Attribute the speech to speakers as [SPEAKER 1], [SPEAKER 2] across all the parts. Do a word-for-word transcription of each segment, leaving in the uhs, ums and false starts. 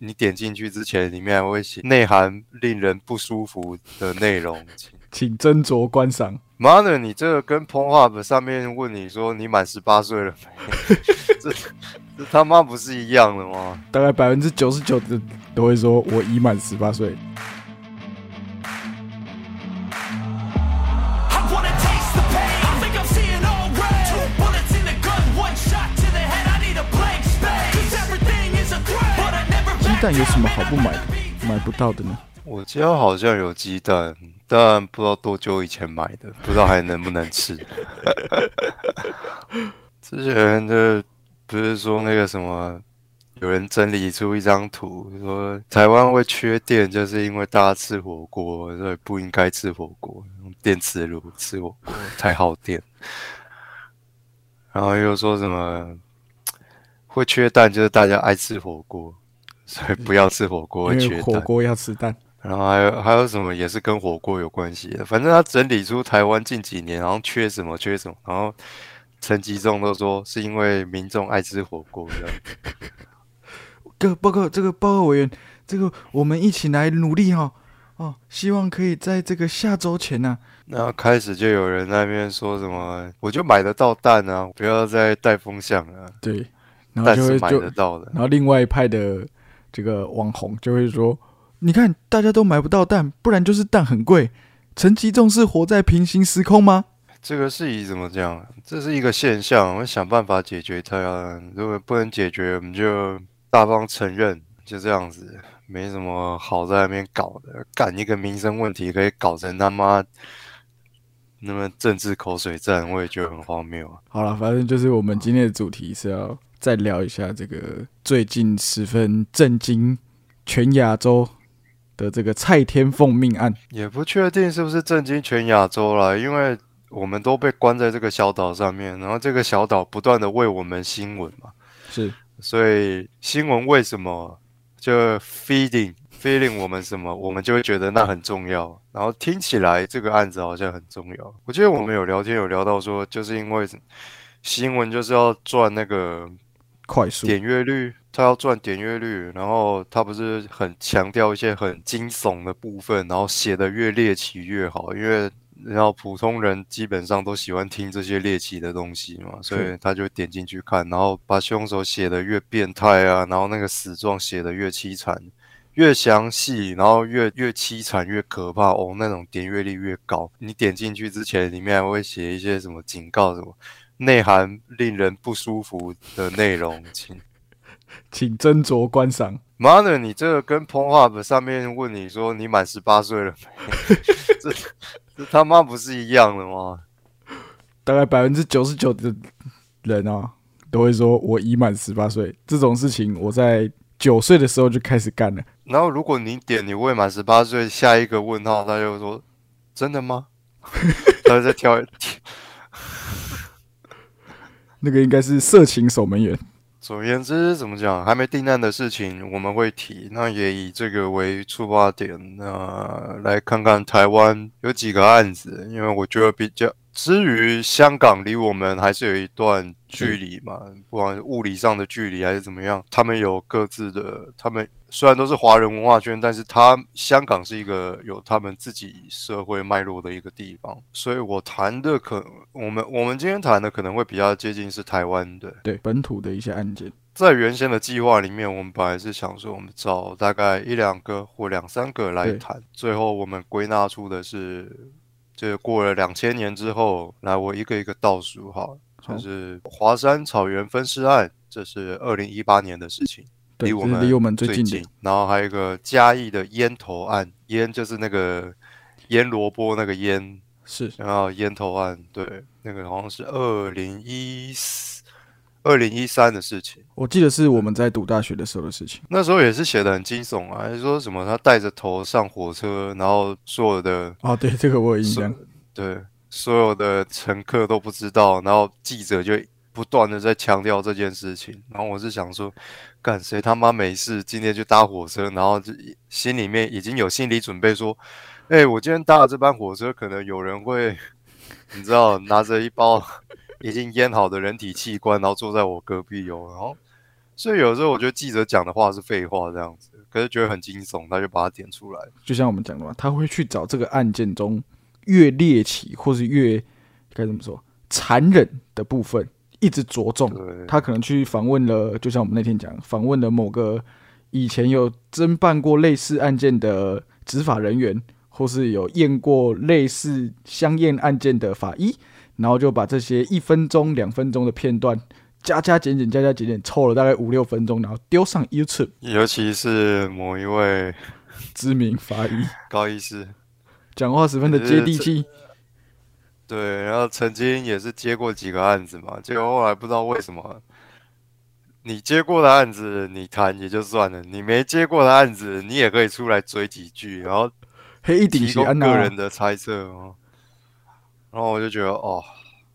[SPEAKER 1] 你点进去之前，里面还会写内含令人不舒服的内容，
[SPEAKER 2] 请斟酌观赏。
[SPEAKER 1] 妈的，你这个跟 Pornhub 上面问你说你满十八岁了没？这这他妈不是一样的吗？
[SPEAKER 2] 大概百分之九十九的都会说我已满十八岁。鸡蛋有什么好不买的？买不到的呢？
[SPEAKER 1] 我家好像有鸡蛋，但不知道多久以前买的，不知道还能不能吃。之前的不是说那个什么，有人整理出一张图，说台湾会缺电，就是因为大家吃火锅，所以不应该吃火锅，用电磁炉吃火锅太耗电。然后又说什么会缺蛋，就是大家爱吃火锅，所以不要吃火锅会缺蛋。
[SPEAKER 2] 因为火锅要吃蛋。
[SPEAKER 1] 然后还有还有什么也是跟火锅有关系的，反正他整理出台湾近几年好像缺什么缺什么，然后陈吉仲都说是因为民众爱吃火锅这样。
[SPEAKER 2] 个报告这个报告委员，这个我们一起来努力哈、哦，哦，希望可以在这个下周前呢、啊。
[SPEAKER 1] 然后开始就有人在那边说什么，我就买得到蛋啊，不要再带风向了。
[SPEAKER 2] 对，然后就会
[SPEAKER 1] 蛋是买得到的。
[SPEAKER 2] 然后另外一派的这个网红就会说。你看，大家都买不到蛋，不然就是蛋很贵。陈吉仲是活在平行时空吗？
[SPEAKER 1] 这个事宜怎么讲？这是一个现象，我们想办法解决它。如果不能解决，我们就大方承认，就这样子，没什么好在那边搞的。干一个民生问题，可以搞成他妈那么政治口水战，我也觉得很荒谬啊。
[SPEAKER 2] 好了，反正就是我们今天的主题是要再聊一下这个最近十分震惊全亚洲的这个蔡天凤命案，
[SPEAKER 1] 也不确定是不是震惊全亚洲啦，因为我们都被关在这个小岛上面，然后这个小岛不断的喂我们新闻嘛，
[SPEAKER 2] 是，
[SPEAKER 1] 所以新闻为什么就 feeding feeding 我们什么，我们就会觉得那很重要，然后听起来这个案子好像很重要。我记得我们有聊天有聊到说，就是因为新闻就是要赚那个
[SPEAKER 2] 快速
[SPEAKER 1] 点阅率。他要赚点阅率，然后他不是很强调一些很惊悚的部分，然后写的越猎奇越好，因为然后普通人基本上都喜欢听这些猎奇的东西嘛，所以他就点进去看，然后把凶手写的越变态啊，然后那个死状写的越凄惨，越详细，然后越越凄惨越可怕哦，那种点阅率越高。你点进去之前，里面还会写一些什么警告，什么内含令人不舒服的内容，请。
[SPEAKER 2] 请斟酌观赏。
[SPEAKER 1] 妈的，你这个跟 Pornhub 上面问你说你满十八岁了没？这这他妈不是一样的吗？
[SPEAKER 2] 大概百分之九十九的人啊，都会说我已满十八岁。这种事情我在九岁的时候就开始干了。
[SPEAKER 1] 然后如果你点你未满十八岁，下一个问号他就说真的吗？他在挑，
[SPEAKER 2] 那个应该是色情守门员。
[SPEAKER 1] 总而言之，怎么讲，还没定案的事情我们会提，那也以这个为出发点，那来看看台湾有几个案子，因为我觉得比较，至于香港离我们还是有一段距离嘛，不管是物理上的距离还是怎么样，他们有各自的，他们虽然都是华人文化圈，但是他香港是一个有他们自己社会脉络的一个地方，所以我谈的可我们我们今天谈的可能会比较接近是台湾的，
[SPEAKER 2] 对本土的一些案件。
[SPEAKER 1] 在原先的计划里面，我们本来是想说我们找大概一两个或两三个来谈，最后我们归纳出的是，就过了两千年之后，来我一个一个倒数好，就是华山草原分尸案，这是二零一八年的事情。
[SPEAKER 2] 对，
[SPEAKER 1] 离我们
[SPEAKER 2] 离我们最
[SPEAKER 1] 近
[SPEAKER 2] 近的。
[SPEAKER 1] 然后还有一个嘉义的烟头案，烟就是那个腌萝卜那个烟，
[SPEAKER 2] 是，
[SPEAKER 1] 然后烟头案，对，那个好像是二零一四、二零一三的事情。
[SPEAKER 2] 我记得是我们在读大学的时候的事情。
[SPEAKER 1] 那时候也是写的很惊悚啊，还是说什么他带着头上火车，然后所有的
[SPEAKER 2] 哦，对，这个我有印象。
[SPEAKER 1] 对，所有的乘客都不知道，然后记者就不断的在强调这件事情，然后我是想说，干谁他妈没事今天去搭火车，然后就心里面已经有心理准备说，哎、欸，我今天搭的这班火车可能有人会，你知道拿着一包已经腌好的人体器官，然后坐在我隔壁哦，然后所以有时候我觉得记者讲的话是废话这样子，可是觉得很惊悚，他就把它点出来。
[SPEAKER 2] 就像我们讲的嘛，他会去找这个案件中越猎奇或是越该怎么说残忍的部分，一直着重。他可能去访问了，就像我们那天讲，访问了某个以前有侦办过类似案件的执法人员，或是有验过类似相验案件的法医，然后就把这些一分钟、两分钟的片段。加加减减，加加减减，凑了大概五六分钟，然后丢上 YouTube。
[SPEAKER 1] 尤其是某一位
[SPEAKER 2] 知名法医
[SPEAKER 1] 高医师，
[SPEAKER 2] 讲话十分的接地气。
[SPEAKER 1] 对，然后曾经也是接过几个案子嘛，结果后来不知道为什么，你接过的案子你谈也就算了，你没接过的案子你也可以出来追几句，然后提供个人的猜测哦。然后我就觉得哦。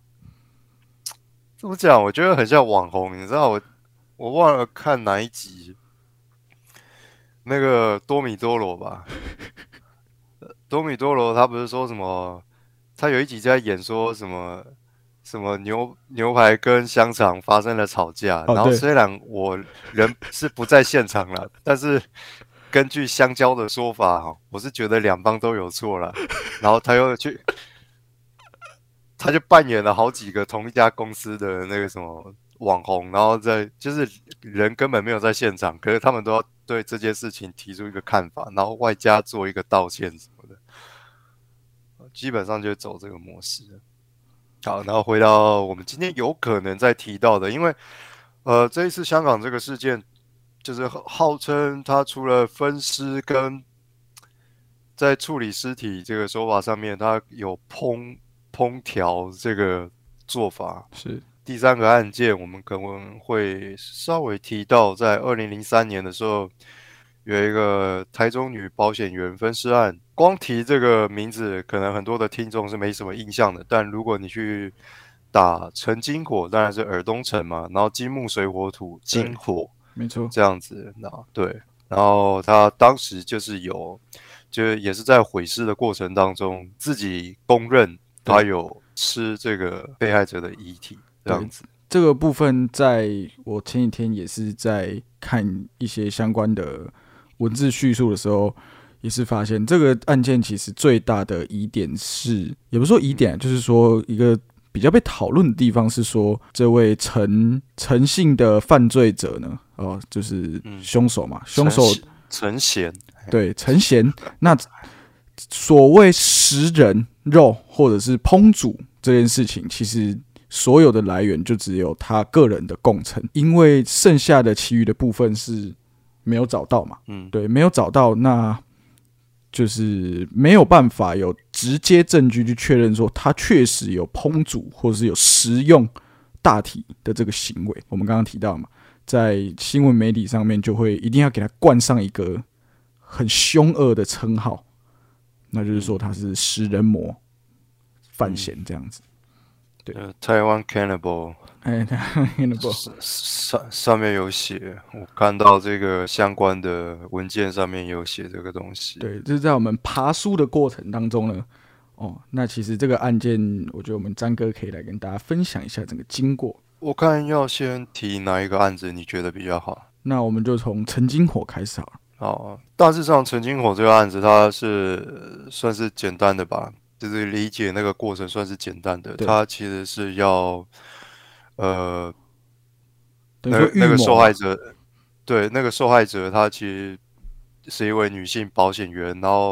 [SPEAKER 1] 怎么讲？我觉得很像网红，你知道我我忘了看哪一集，那个多米多罗吧，多米多罗他不是说什么？他有一集在演说什么什么牛牛排跟香肠发生了吵架，
[SPEAKER 2] 哦、
[SPEAKER 1] 然后虽然我人是不在现场了，但是根据香蕉的说法，我是觉得两方都有错了，然后他又去。他就扮演了好几个同一家公司的那个什么网红，然后在就是人根本没有在现场，可是他们都要对这件事情提出一个看法，然后外加做一个道歉什么的，基本上就走这个模式。好，然后回到我们今天有可能在提到的，因为呃这一次香港这个事件，就是号称他除了分尸跟在处理尸体这个手法上面，他有烹。烹调这个做法
[SPEAKER 2] 是
[SPEAKER 1] 第三个案件，我们可能会稍微提到，在二零零三年的时候，有一个台中女保险员分尸案。光提这个名字，可能很多的听众是没什么印象的，但如果你去打陈金火，当然是尔东城嘛，然后金木水火土金火，
[SPEAKER 2] 没错，
[SPEAKER 1] 这样子，那对，然后他当时就是有，就也是在毁尸的过程当中，自己公认。他有吃这个被害者的遗体，这样子。
[SPEAKER 2] 这个部分，在我前几天也是在看一些相关的文字叙述的时候，也是发现这个案件其实最大的疑点是，也不是说疑点，就是说一个比较被讨论的地方是说，这位陈陈姓的犯罪者呢，哦，就是凶手嘛，凶手
[SPEAKER 1] 陈贤，
[SPEAKER 2] 对，陈贤，那。所谓食人肉或者是烹煮这件事情，其实所有的来源就只有他个人的供称，因为剩下的其余的部分是没有找到嘛，嗯，对，没有找到，那就是没有办法有直接证据去确认说他确实有烹煮或者是有食用大体的这个行为。我们刚刚提到嘛，在新闻媒体上面就会一定要给他冠上一个很凶恶的称号。那就是说他是食人魔范闲这样子，对，
[SPEAKER 1] 呃，台湾 cannibal，
[SPEAKER 2] 哎，台湾 cannibal
[SPEAKER 1] 上上面有写，我看到这个相关的文件上面有写这个东西。
[SPEAKER 2] 对，就是在我们爬书的过程当中呢，哦，那其实这个案件，我觉得我们詹哥可以来跟大家分享一下整个经过。
[SPEAKER 1] 我看要先提哪一个案子，你觉得比较好？
[SPEAKER 2] 那我们就从陈金火开始好了。
[SPEAKER 1] 好，大致上陈金火这个案子，它是算是简单的吧，就是理解那个过程算是简单的。它其实是要，呃，那那个受害者，对，那个受害者，他其实是一位女性保险员，然后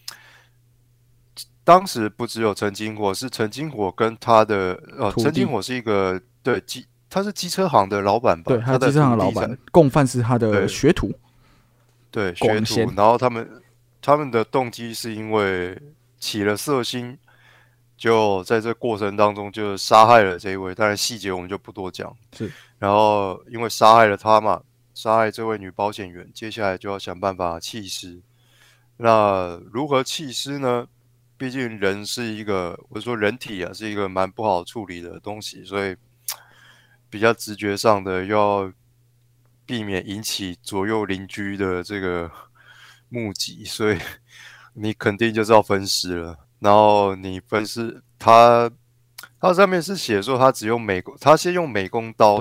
[SPEAKER 1] 当时不只有陈金火，是陈金火跟他的呃，陈金火是一个对机，他是机车行的老板吧？
[SPEAKER 2] 对，他是机车行的老板，共犯是他的学徒。
[SPEAKER 1] 对，学徒，然后他们他们的动机是因为起了色心，就在这过程当中就杀害了这一位，当然细节我们就不多讲。
[SPEAKER 2] 是，
[SPEAKER 1] 然后因为杀害了他嘛，杀害这位女保险员，接下来就要想办法弃尸。那如何弃尸呢？毕竟人是一个，我说人体啊是一个蛮不好处理的东西，所以比较直觉上的要。避免引起左右邻居的这个目击，所以你肯定就是要分尸了。然后你分尸，他他上面是写说他只用美工，他先用美工刀先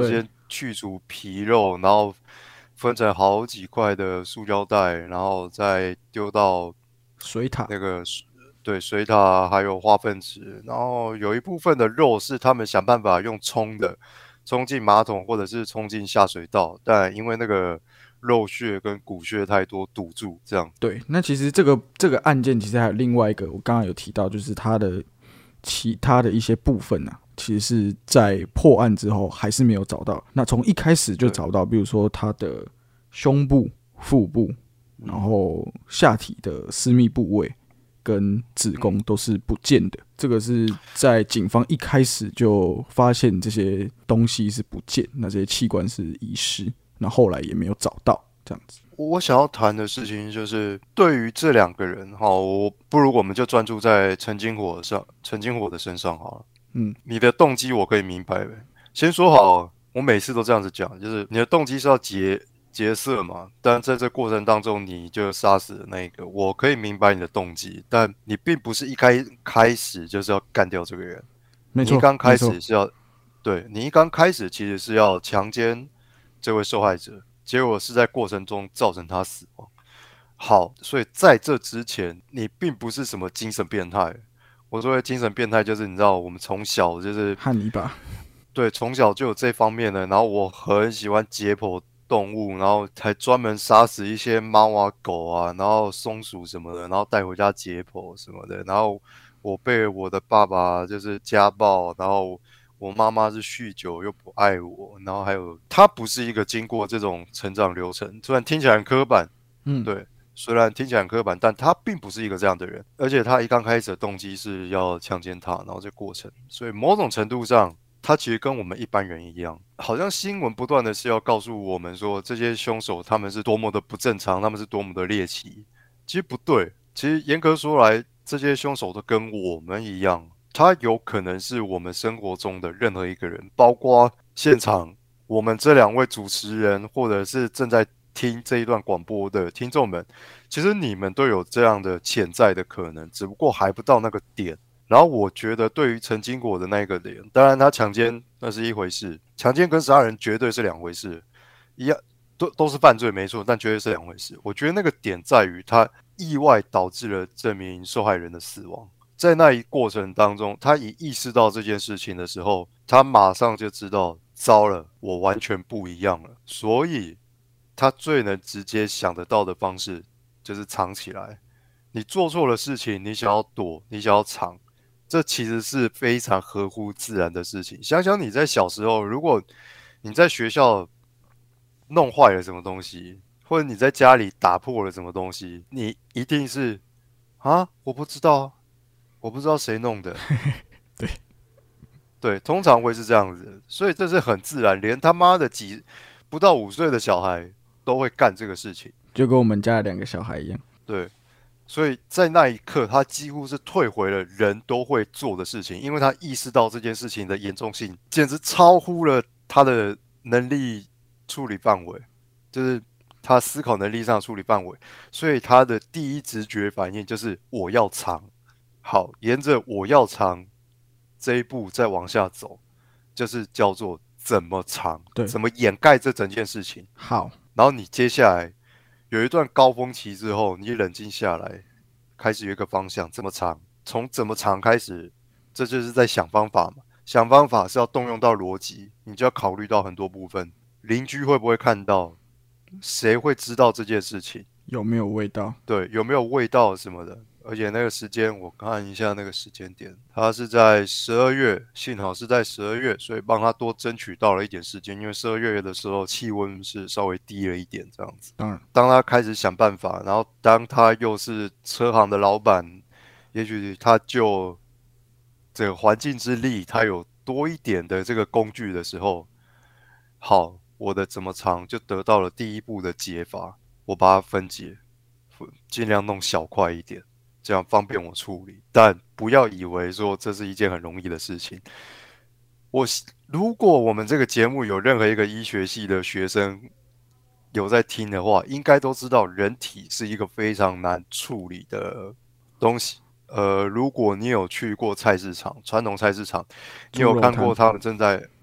[SPEAKER 1] 去除皮肉，然后分成好几块的塑胶袋，然后再丢到
[SPEAKER 2] 水塔
[SPEAKER 1] 那个对水塔还有化粪池，然后有一部分的肉是他们想办法用冲的，冲进马桶或者是冲进下水道，但因为那个肉屑跟骨屑太多堵住，这样。
[SPEAKER 2] 对，那其实这个这个案件其实还有另外一个，我刚刚有提到，就是它的其他的一些部分啊，其实是在破案之后还是没有找到。那从一开始就找到，比如说它的胸部、腹部，然后下体的私密部位跟子宫都是不见的。这个是在警方一开始就发现这些东西是不见，那这些器官是遗失，那后来也没有找到，这样子。
[SPEAKER 1] 我想要谈的事情就是，对于这两个人，哈，我不如我们就专注在陈金火上，陈金火的身上好了。
[SPEAKER 2] 嗯，
[SPEAKER 1] 你的动机我可以明白。先说好，我每次都这样子讲，就是你的动机是要劫劫色嘛，但在这过程当中你就杀死了那一个，我可以明白你的动机，但你并不是一开开始就是要干掉这个人，
[SPEAKER 2] 没错，
[SPEAKER 1] 你一刚开
[SPEAKER 2] 没错
[SPEAKER 1] 始是要，对你一刚开始其实是要强奸这位受害者。结果是在过程中造成他死亡。好，所以在这之前，你并不是什么精神变态。我说的精神变态，就是你知道，我们从小就是
[SPEAKER 2] 汉尼拔，
[SPEAKER 1] 对，从小就有这方面的。然后我很喜欢解剖动物，然后还专门杀死一些猫啊、狗啊，然后松鼠什么的，然后带回家解剖什么的。然后我被我的爸爸就是家暴，然后我妈妈是酗酒又不爱我，然后还有他不是一个经过这种成长流程，虽然听起来很刻板，
[SPEAKER 2] 嗯，
[SPEAKER 1] 对，虽然听起来很刻板，但他并不是一个这样的人，而且他一刚开始的动机是要强奸他，然后这过程，所以某种程度上，他其实跟我们一般人一样，好像新闻不断的是要告诉我们说，这些凶手他们是多么的不正常，他们是多么的猎奇，其实不对，其实严格说来，这些凶手都跟我们一样。他有可能是我们生活中的任何一个人，包括现场我们这两位主持人，或者是正在听这一段广播的听众们，其实你们都有这样的潜在的可能，只不过还不到那个点。然后我觉得对于陈金果的那个点，当然他强奸那是一回事，强奸跟杀人绝对是两回事，一样都都是犯罪没错，但绝对是两回事。我觉得那个点在于他意外导致了这名受害人的死亡。在那一过程当中，他一意识到这件事情的时候，他马上就知道，糟了，我完全不一样了。所以，他最能直接想得到的方式就是藏起来。你做错了事情，你想要躲，你想要藏，这其实是非常合乎自然的事情。想想你在小时候，如果你在学校弄坏了什么东西，或者你在家里打破了什么东西，你一定是啊，我不知道。我不知道谁弄的，
[SPEAKER 2] 对
[SPEAKER 1] 对，通常会是这样子，所以这是很自然，连他妈的几不到五岁的小孩都会干这个事情，
[SPEAKER 2] 就跟我们家的两个小孩一样。
[SPEAKER 1] 对，所以在那一刻，他几乎是退回了人都会做的事情，因为他意识到这件事情的严重性，简直超乎了他的能力处理范围，就是他思考能力上的处理范围，所以他的第一直觉反应就是我要藏。好，沿着我要藏这一步再往下走，就是叫做怎么藏，
[SPEAKER 2] 对，
[SPEAKER 1] 怎么掩盖这整件事情。
[SPEAKER 2] 好，
[SPEAKER 1] 然后你接下来有一段高峰期之后，你冷静下来，开始有一个方向，怎么藏，从怎么藏开始，这就是在想方法嘛。想方法是要动用到逻辑，你就要考虑到很多部分，邻居会不会看到，谁会知道这件事情，
[SPEAKER 2] 有没有味道？
[SPEAKER 1] 对，有没有味道什么的。而且那个时间，我看一下那个时间点，他是在十二月，幸好是在十二月，所以帮他多争取到了一点时间。因为十二月的时候气温是稍微低了一点，这样子。
[SPEAKER 2] 当然，
[SPEAKER 1] 当他开始想办法，然后当他又是车行的老板，也许他就这个环境之力，他有多一点的这个工具的时候，好，我的怎么藏就得到了第一步的解法，我把它分解，尽量弄小块一点。这样方便我处理，但不要以为说这是一件很容易的事情。我如果我们这个节目有任何一个医学系的学生有在听的话，应该都知道人体是一个非常难处理的东西。呃，如果你有去过菜市场，传统菜市场，你有看过他们正在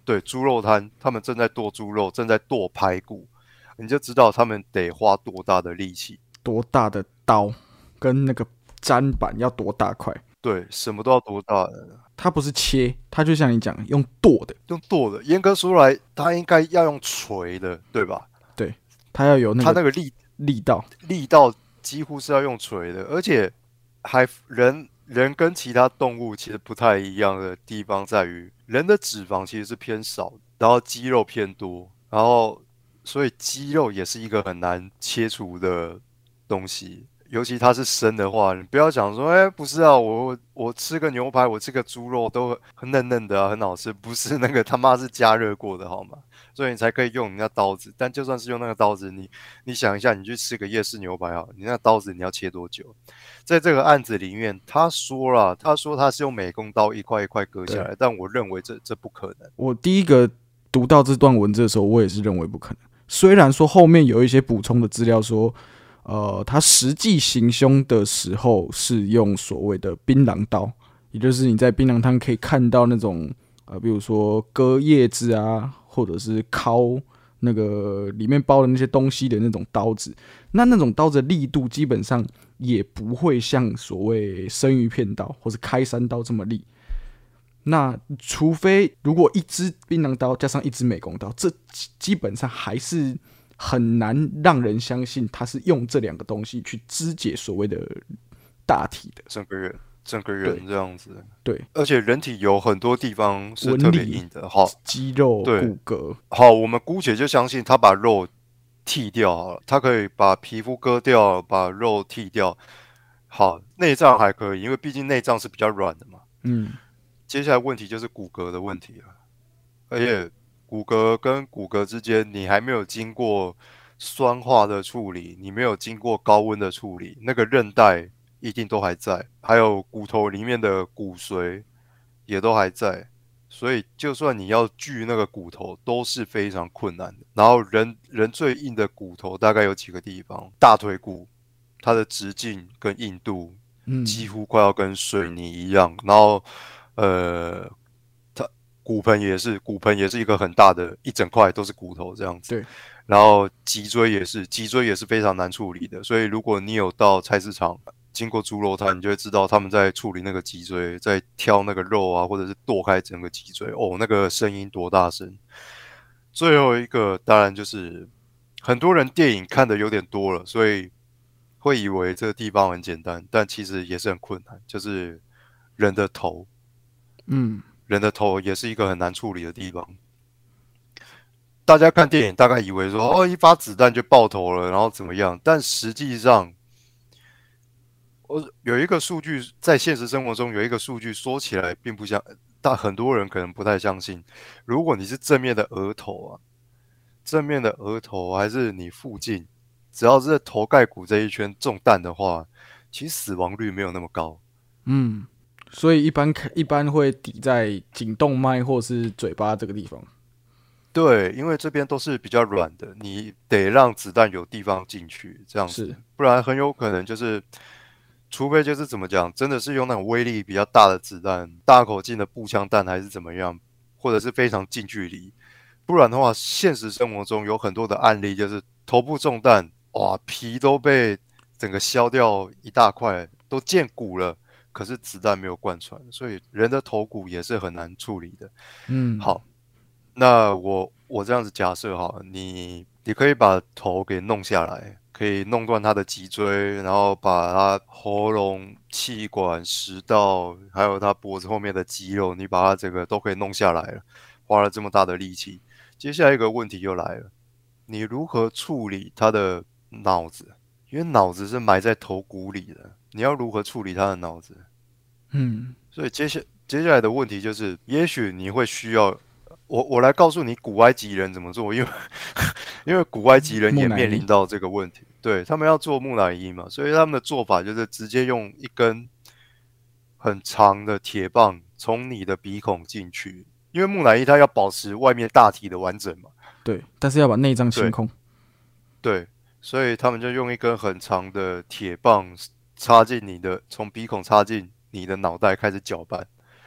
[SPEAKER 1] 对，猪肉摊，他们正在剁猪肉，正在剁排骨，你就知道他们得花多大的力气，
[SPEAKER 2] 多大的刀跟那个砧板要多大块？
[SPEAKER 1] 对，什么都要多大的。
[SPEAKER 2] 它不是切，它就像你讲用剁的，
[SPEAKER 1] 用剁的，严格说来，它应该要用锤的，对吧？
[SPEAKER 2] 对，它要有那个
[SPEAKER 1] 它那个力
[SPEAKER 2] 力道，
[SPEAKER 1] 力道几乎是要用锤的，而且还人人跟其他动物其实不太一样的地方在于，人的脂肪其实是偏少的，然后肌肉偏多，然后所以肌肉也是一个很难切除的东西。尤其它是生的话，你不要想说，哎，不是啊，我我吃个牛排，我吃个猪肉都很嫩嫩的啊，很好吃，不是那个他妈是加热过的好吗？所以你才可以用人家刀子。但就算是用那个刀子，你你想一下，你去吃个夜市牛排好，你那个刀子你要切多久？在这个案子里面，他说了，他说他是用美工刀一块一块割下来，但我认为这这不可能。
[SPEAKER 2] 我第一个读到这段文字的时候，我也是认为不可能。虽然说后面有一些补充的资料说。呃，他实际行凶的时候是用所谓的槟榔刀，也就是你在槟榔摊可以看到那种呃，比如说割叶子啊，或者是敲那个里面包的那些东西的那种刀子。那那种刀子的力度基本上也不会像所谓生鱼片刀或是开山刀这么利。那除非如果一支槟榔刀加上一支美工刀，这基本上还是。很难让人相信他是用这两个东西去肢解所谓的大体的
[SPEAKER 1] 整个人，整个人这样子。
[SPEAKER 2] 对，
[SPEAKER 1] 而且人体有很多地方是特别硬的，好，
[SPEAKER 2] 肌肉、
[SPEAKER 1] 对
[SPEAKER 2] 骨骼。
[SPEAKER 1] 好，我们姑且就相信他把肉剃掉好了，他可以把皮肤割掉，把肉剃掉。好，内脏还可以，因为毕竟内脏是比较软的嘛。
[SPEAKER 2] 嗯，
[SPEAKER 1] 接下来问题就是骨骼的问题了，而且。骨骼跟骨骼之间，你还没有经过酸化的处理，你没有经过高温的处理，那个韧带一定都还在，还有骨头里面的骨髓也都还在，所以就算你要锯那个骨头，都是非常困难的。然后人人最硬的骨头大概有几个地方，大腿骨，它的直径跟硬度几乎快要跟水泥一样，然后呃。骨盆也是，骨盆也是一个很大的一整块都是骨头这样子。
[SPEAKER 2] 对，
[SPEAKER 1] 然后脊椎也是，脊椎也是非常难处理的。所以如果你有到菜市场经过猪肉摊，你就会知道他们在处理那个脊椎，在挑那个肉啊，或者是剁开整个脊椎，哦，那个声音多大声！最后一个当然就是很多人电影看的有点多了，所以会以为这个地方很简单，但其实也是很困难，就是人的头。
[SPEAKER 2] 嗯。
[SPEAKER 1] 人的头也是一个很难处理的地方。大家看电影大概以为说，哦，一发子弹就爆头了，然后怎么样？但实际上，我有一个数据，在现实生活中有一个数据，说起来并不像，但很多人可能不太相信。如果你是正面的额头啊，正面的额头还是你附近，只要是头盖骨这一圈中弹的话，其实死亡率没有那么高。
[SPEAKER 2] 嗯。所以一般一般会抵在颈动脉或是嘴巴这个地方。
[SPEAKER 1] 对，因为这边都是比较软的，你得让子弹有地方进去，这样子，不然很有可能就是，除非就是怎么讲，真的是用那种威力比较大的子弹，大口径的步枪弹还是怎么样，或者是非常近距离，不然的话，现实生活中有很多的案例，就是头部中弹，哇，皮都被整个削掉一大块，都见骨了。可是子弹没有贯穿，所以人的头骨也是很难处理的。
[SPEAKER 2] 嗯，
[SPEAKER 1] 好，那我我这样子假设哈，你你可以把头给弄下来，可以弄断他的脊椎，然后把他喉咙、气管、食道，还有他脖子后面的肌肉，你把它整个都可以弄下来了，花了这么大的力气。接下来一个问题又来了，你如何处理他的脑子？因为脑子是埋在头骨里的，你要如何处理他的脑子？
[SPEAKER 2] 嗯，
[SPEAKER 1] 所以接下接下来的问题就是，也许你会需要我我来告诉你古埃及人怎么做，因为因为古埃及人也面临到这个问题，对，他们要做木乃伊嘛，所以他们的做法就是直接用一根很长的铁棒从你的鼻孔进去，因为木乃伊它要保持外面大体的完整嘛，
[SPEAKER 2] 对，但是要把内脏清空，
[SPEAKER 1] 对。对，所以他们就用一根很长的铁棒插进你的，从鼻孔插进你的脑袋开始搅拌。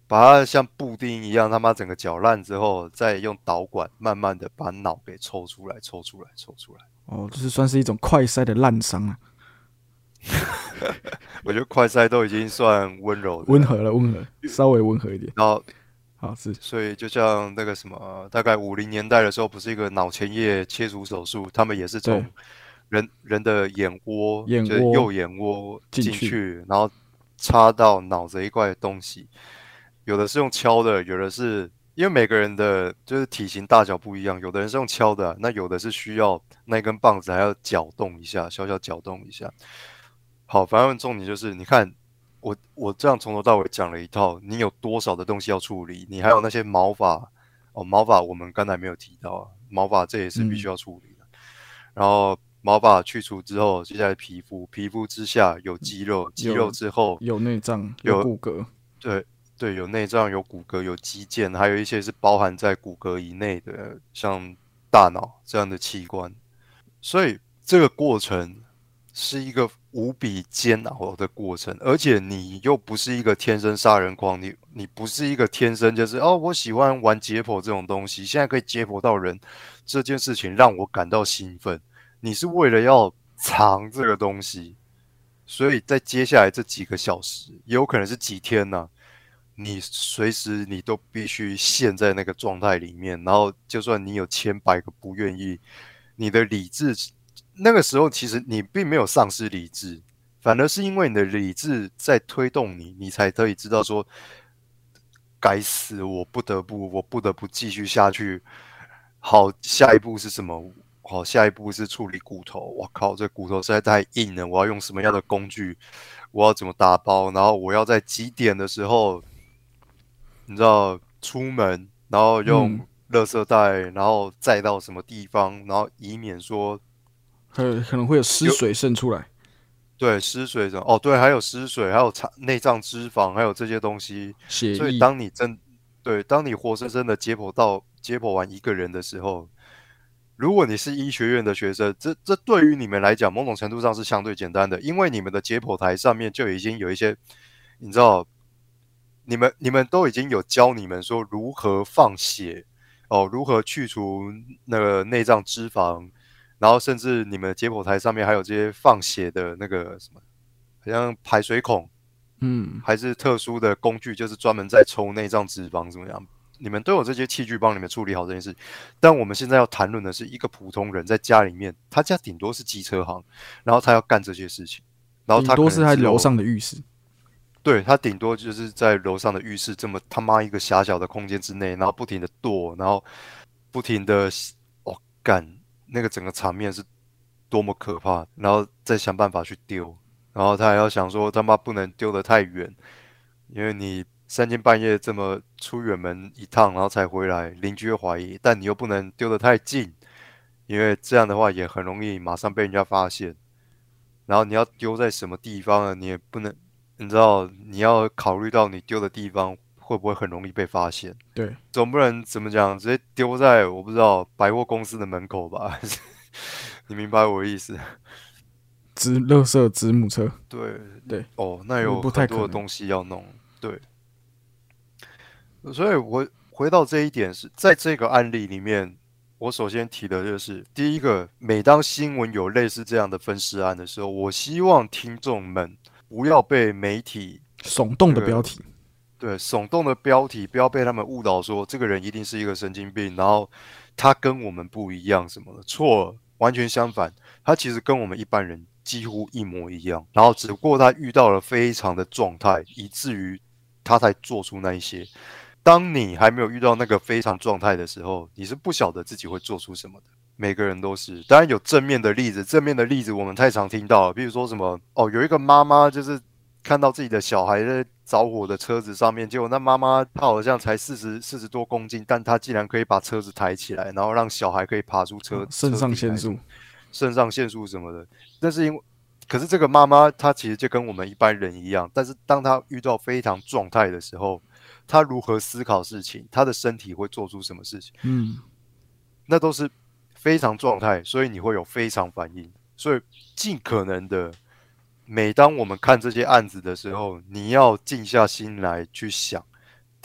[SPEAKER 1] 把它像布丁一样，他妈整个搅烂之后，再用导管慢慢的把脑给抽出来，抽出来，抽出来。
[SPEAKER 2] 哦，就是算是一种快筛的烂伤啊。
[SPEAKER 1] 我觉得快筛都已经算温柔的了，
[SPEAKER 2] 温和了，温和，稍微温和一点。
[SPEAKER 1] 然后
[SPEAKER 2] 好是，
[SPEAKER 1] 所以就像那个什么，大概五零年代的时候，不是一个脑前叶切除手术，他们也是
[SPEAKER 2] 对，
[SPEAKER 1] 从人人的眼窝，
[SPEAKER 2] 眼窝
[SPEAKER 1] 就是右眼窝
[SPEAKER 2] 进去，
[SPEAKER 1] 进去，然后插到脑这一块东西。有的是用敲的，有的是因为每个人的就是体型大小不一样，有的人是用敲的啊，那有的是需要那根棒子还要搅动一下，小小搅动一下。好，反正重点就是，你看我我这样从头到尾讲了一套，你有多少的东西要处理？你还有那些毛发哦，毛发我们刚才没有提到啊，毛发这也是必须
[SPEAKER 2] 嗯，
[SPEAKER 1] 要处理的。然后毛发去除之后，接下来皮肤，皮肤之下有肌肉，肌肉
[SPEAKER 2] 有
[SPEAKER 1] 之后
[SPEAKER 2] 有内脏，有
[SPEAKER 1] 有
[SPEAKER 2] 骨骼，
[SPEAKER 1] 对对，有内脏、有骨骼、有肌腱，还有一些是包含在骨骼以内的，像大脑这样的器官。所以这个过程是一个无比煎熬的过程，而且你又不是一个天生杀人狂，你你不是一个天生就是哦，我喜欢玩解剖这种东西，现在可以解剖到人，这件事情让我感到兴奋。你是为了要藏这个东西，所以在接下来这几个小时，也有可能是几天呢、你随时你都必须陷在那个状态里面，然后就算你有千百个不愿意，你的理智那个时候其实你并没有丧失理智，反而是因为你的理智在推动你，你才可以知道说，该死，我不得不，我不得不继续下去。好，下一步是什么？好，下一步是处理骨头。我靠，这骨头实在太硬了，我要用什么样的工具？我要怎么打包？然后我要在几点的时候，你知道出门，然后
[SPEAKER 2] 嗯，
[SPEAKER 1] 用垃圾袋，然后载到什么地方，然后以免说
[SPEAKER 2] 可可能会有湿
[SPEAKER 1] 丢
[SPEAKER 2] 水渗出来，
[SPEAKER 1] 对，湿水什么哦，对，还有湿水，还有肠内脏脂肪，还有这些东西。所以，
[SPEAKER 2] 血液，
[SPEAKER 1] 当你真对，当你活生生的解剖到解剖完一个人的时候，如果你是医学院的学生，这这对于你们来讲，某种程度上是相对简单的，因为你们的解剖台上面就已经有一些，你知道，你们你们都已经有教你们说如何放血哦，如何去除那个内脏脂肪，然后甚至你们的解剖台上面还有这些放血的那个什么，好像排水孔，
[SPEAKER 2] 嗯，
[SPEAKER 1] 还是特殊的工具，就是专门在抽内脏脂肪怎么样？你们都有这些器具帮你们处理好这件事。但我们现在要谈论的是一个普通人在家里面，他家顶多是机车行，然后他要干这些事情，然后他可
[SPEAKER 2] 顶多是在楼
[SPEAKER 1] 能只有
[SPEAKER 2] 上的浴室，
[SPEAKER 1] 对他顶多就是在楼上的浴室这么他妈一个狭小的空间之内，然后不停的剁，然后不停的哦干那个整个场面是多么可怕，然后再想办法去丢，然后他还要想说他妈不能丢得太远，因为你三更半夜这么出远门一趟，然后才回来，邻居会怀疑，但你又不能丢得太近，因为这样的话也很容易马上被人家发现。然后你要丢在什么地方呢？你也不能，你知道，你要考虑到你丢的地方会不会很容易被发现。
[SPEAKER 2] 对，
[SPEAKER 1] 总不能怎么讲，直接丢在我不知道百货公司的门口吧？你明白我的意思？
[SPEAKER 2] 子垃圾子母车，
[SPEAKER 1] 对，
[SPEAKER 2] 对，
[SPEAKER 1] 哦，那
[SPEAKER 2] 不不
[SPEAKER 1] 有
[SPEAKER 2] 太可能，
[SPEAKER 1] 很多的东西要弄。对，所以我回到这一点是在这个案例里面，我首先提的就是第一个，每当新闻有类似这样的分尸案的时候，我希望听众们不要被媒体
[SPEAKER 2] 耸动
[SPEAKER 1] 那个
[SPEAKER 2] 的标题，
[SPEAKER 1] 对耸动的标题，不要被他们误导说这个人一定是一个神经病，然后他跟我们不一样什么的，错了，完全相反，他其实跟我们一般人几乎一模一样，然后只不过他遇到了非常的状态，以至于他才做出那一些。当你还没有遇到那个非常状态的时候，你是不晓得自己会做出什么的。每个人都是，当然有正面的例子，正面的例子我们太常听到了，比如说什么哦，有一个妈妈就是看到自己的小孩在着火的车子上面，结果那妈妈她好像才四十四十多公斤，但她竟然可以把车子抬起来，然后让小孩可以爬出车
[SPEAKER 2] 啊肾上腺素，
[SPEAKER 1] 肾上腺素什么的。但是因为可是这个妈妈她其实就跟我们一般人一样，但是当她遇到非常状态的时候，她如何思考事情，她的身体会做出什么事情，
[SPEAKER 2] 嗯，
[SPEAKER 1] 那都是非常状态，所以你会有非常反应。所以尽可能的，每当我们看这些案子的时候，你要静下心来去想，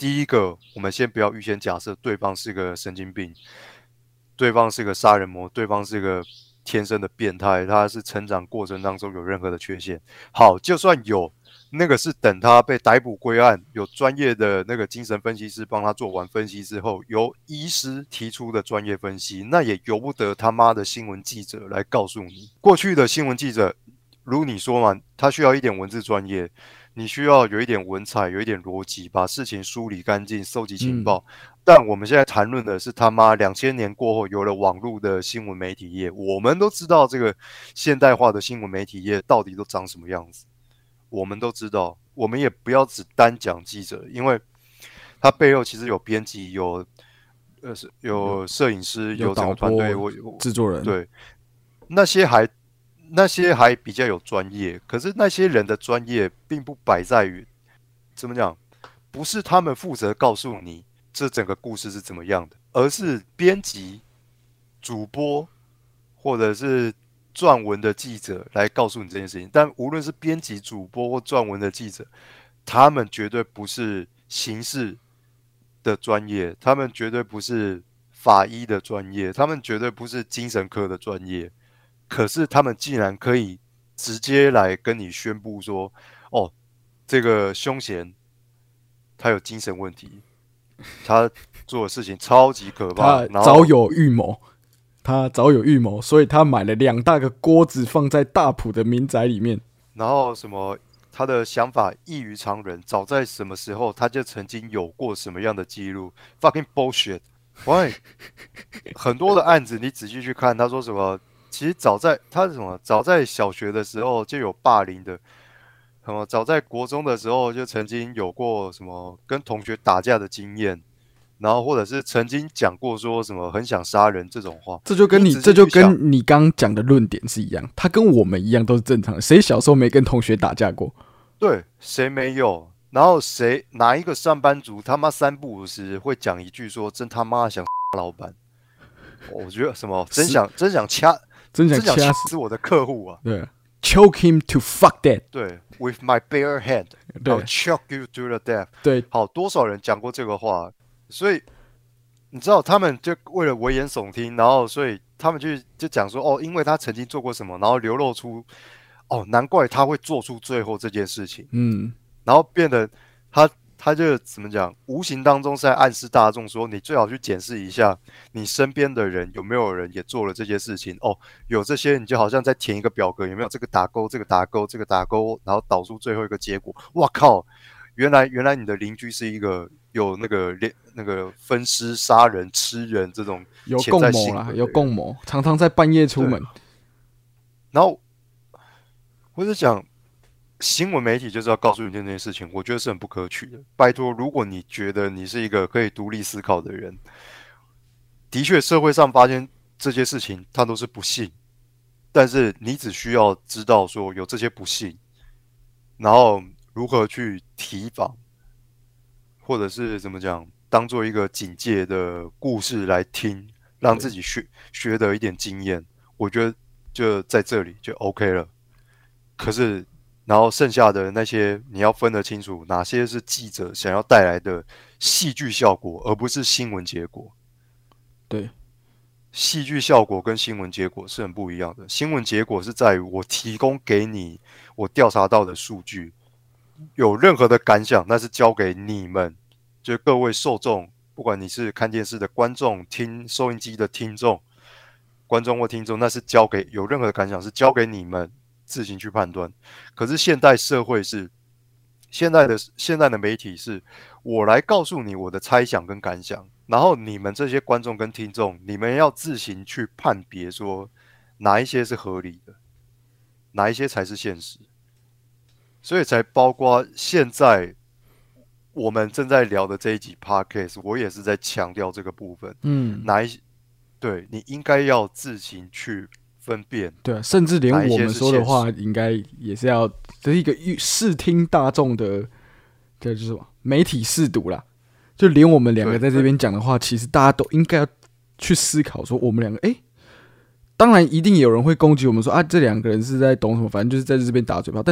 [SPEAKER 1] 第一个，我们先不要预先假设对方是个神经病，对方是个杀人魔，对方是个天生的变态，他是成长过程当中有任何的缺陷。好，就算有，那个是等他被逮捕归案，有专业的那个精神分析师帮他做完分析之后，由医师提出的专业分析，那也由不得他妈的新闻记者来告诉你。过去的新闻记者，如你说嘛，他需要一点文字专业。你需要有一点文采，有一点逻辑，把事情梳理干净，收集情报。嗯、但我们现在谈论的是他妈两千年过后有了网络的新闻媒体业，我们都知道这个现代化的新闻媒体业到底都长什么样子，我们都知道。我们也不要只单讲记者，因为他背后其实有编辑，有呃有摄影师，有整个团队，我
[SPEAKER 2] 制作人，
[SPEAKER 1] 对那些还。那些还比较有专业，可是那些人的专业并不摆在于怎么讲，不是他们负责告诉你这整个故事是怎么样的，而是编辑、主播或者是撰文的记者来告诉你这件事情。但无论是编辑、主播或撰文的记者，他们绝对不是刑事的专业，他们绝对不是法医的专业，他们绝对不是精神科的专业。可是他们竟然可以直接来跟你宣布说，哦，这个凶嫌他有精神问题，他做的事情超级可怕，
[SPEAKER 2] 他早有预谋，他早有预谋，所以他买了两大个锅子放在大埔的民宅里面，
[SPEAKER 1] 然后什么他的想法异于常人，早在什么时候他就曾经有过什么样的记录 ，fucking bullshit，why？ 很多的案子你仔细去看，他说什么？其实早在他是什么？早在小学的时候就有霸凌的，什么？早在国中的时候就曾经有过什么跟同学打架的经验，然后或者是曾经讲过说什么很想杀人这种话。
[SPEAKER 2] 这就跟你这就跟你刚刚讲的论点是一样，他跟我们一样都是正常的。谁小时候没跟同学打架过？
[SPEAKER 1] 对，谁没有？然后谁哪一个上班族他妈三不五时会讲一句说真他妈想杀老板？我觉得什么真想真想掐。
[SPEAKER 2] 真想
[SPEAKER 1] 掐死我的客户啊！
[SPEAKER 2] 对 ，choke him to fuck that。
[SPEAKER 1] 对 ，with my bare hand， I'll choke you to the death。
[SPEAKER 2] 对，
[SPEAKER 1] 好，多少人讲过这个话？所以你知道，他们就为了危言耸听，然后所以他们就就讲说，哦，因为他曾经做过什么，然后流露出，哦，难怪他会做出最后这件事情。嗯，然后变得他。他就怎么讲？无形当中是在暗示大众说，你最好去检视一下你身边的人有没有人也做了这些事情。哦，有这些，你就好像在填一个表格，有没有这个打勾，这个打勾，这个打勾，然后导出最后一个结果。哇靠！原来原来你的邻居是一个有那个那个分尸、杀人、吃人这种
[SPEAKER 2] 有共谋啦，有共谋，常常在半夜出门。
[SPEAKER 1] 然后我就讲。新闻媒体就是要告诉你这件事情，我觉得是很不可取的。拜托，如果你觉得你是一个可以独立思考的人，的确社会上发现这些事情，它都是不幸。但是你只需要知道说有这些不幸，然后如何去提防，或者是怎么讲，当做一个警戒的故事来听，让自己学学得一点经验。我觉得就在这里就 OK 了。可是。然后剩下的那些你要分得清楚，哪些是记者想要带来的戏剧效果，而不是新闻结果。
[SPEAKER 2] 对，
[SPEAKER 1] 戏剧效果跟新闻结果是很不一样的。新闻结果是在于我提供给你我调查到的数据，有任何的感想，那是交给你们，就各位受众，不管你是看电视的观众、听收音机的听众、观众或听众，那是交给有任何的感想是交给你们。自行去判断，可是现代社会是现在的现在的媒体是，我来告诉你我的猜想跟感想，然后你们这些观众跟听众，你们要自行去判别说哪一些是合理的，哪一些才是现实，所以才包括现在我们正在聊的这一集 podcast， 我也是在强调这个部分，嗯，哪一些对你应该要自行去。分辨
[SPEAKER 2] 对、啊，甚至连我们说的话，应该也是要这是一个视听大众的，这就是什么媒体识读啦。就连我们两个在这边讲的话，其实大家都应该要去思考，说我们两个，哎、欸，当然一定有人会攻击我们说啊，这两个人是在懂什么，反正就是在这边打嘴炮。但是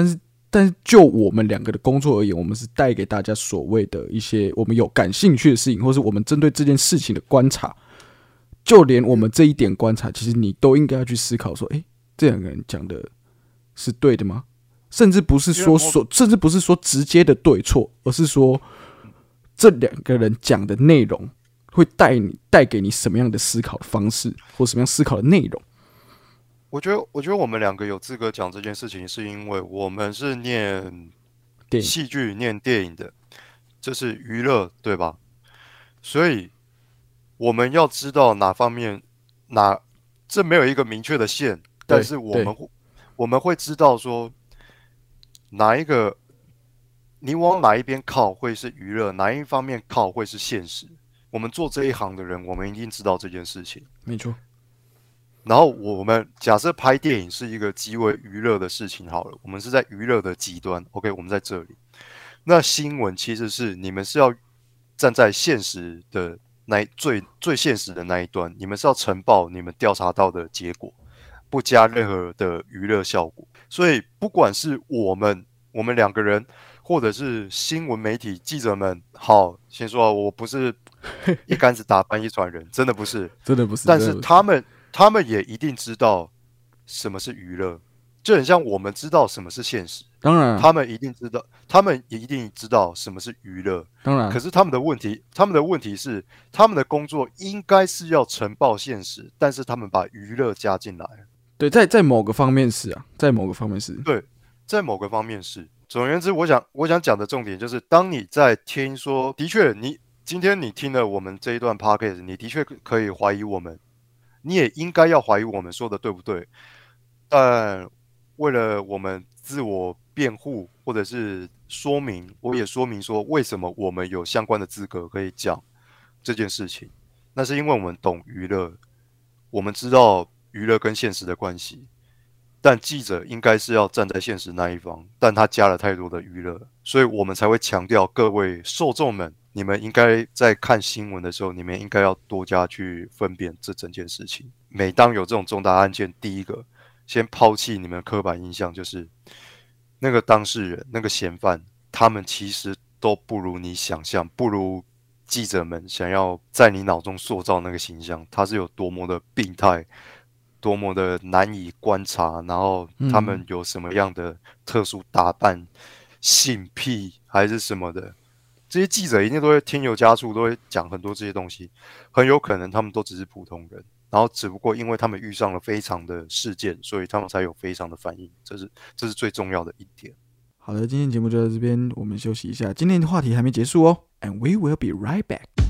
[SPEAKER 2] 但是就我们两个的工作而言，我们是带给大家所谓的一些我们有感兴趣的事情，或是我们针对这件事情的观察。就连我们这一点观察，其实你都应该要去思考说，哎、欸，这两个人讲的是对的吗？甚至不是说说，甚至不是说直接的对错，而是说这两个人讲的内容会带你带给你什么样的思考方式，或什么样思考的内容。
[SPEAKER 1] 我觉得，我觉得我们两个有资格讲这件事情，是因为我们是念戏剧、念电影的，这是娱乐，对吧？所以我们要知道哪方面，哪这没有一个明确的线，但是我们我们会知道说哪一个你往哪一边靠会是娱乐，哪一方面靠会是现实。我们做这一行的人，我们一定知道这件事情。
[SPEAKER 2] 没错。
[SPEAKER 1] 然后我们假设拍电影是一个极为娱乐的事情好了，我们是在娱乐的极端 ，OK， 我们在这里。那新闻其实是你们是要站在现实的那最最现实的那一端，你们是要呈报你们调查到的结果，不加任何的娱乐效果。所以不管是我们我们两个人，或者是新闻媒体记者们，好，先说我不是一竿子打翻一船人，真的不是，
[SPEAKER 2] 真的不是，
[SPEAKER 1] 但是他们。他们也一定知道什么是娱乐，就很像我们知道什么是现实。
[SPEAKER 2] 当然，
[SPEAKER 1] 他们一定知道，他们也一定知道什么是娱乐。
[SPEAKER 2] 当然，
[SPEAKER 1] 可是他们的问题，他们的问题是，他们的工作应该是要呈报现实，但是他们把娱乐加进来。
[SPEAKER 2] 对，在在某个方面是啊，在某个方面是。
[SPEAKER 1] 对，在某个方面是。总而言之，我想我想讲的重点就是，当你在听说，的确，你今天你听了我们这一段 podcast， 你的确可以怀疑我们。你也应该要怀疑我们说的对不对，但为了我们自我辩护或者是说明，我也说明说为什么我们有相关的资格可以讲这件事情。那是因为我们懂娱乐，我们知道娱乐跟现实的关系，但记者应该是要站在现实那一方，但他加了太多的娱乐，所以我们才会强调各位受众们，你们应该在看新闻的时候，你们应该要多加去分辨这整件事情。每当有这种重大案件，第一个先抛弃你们刻板印象，就是那个当事人、那个嫌犯，他们其实都不如你想象，不如记者们想要在你脑中塑造那个形象，他是有多么的病态，多么的难以观察，然后他们有什么样的特殊打扮、性癖还是什么的。这些记者一定都会添油加醋，都会讲很多这些东西，很有可能他们都只是普通人，然后只不过因为他们遇上了非常的事件，所以他们才有非常的反应，这是这是最重要的一点。
[SPEAKER 2] 好的，今天节目就到这边，我们休息一下，今天的话题还没结束哦 ，and we will be right back。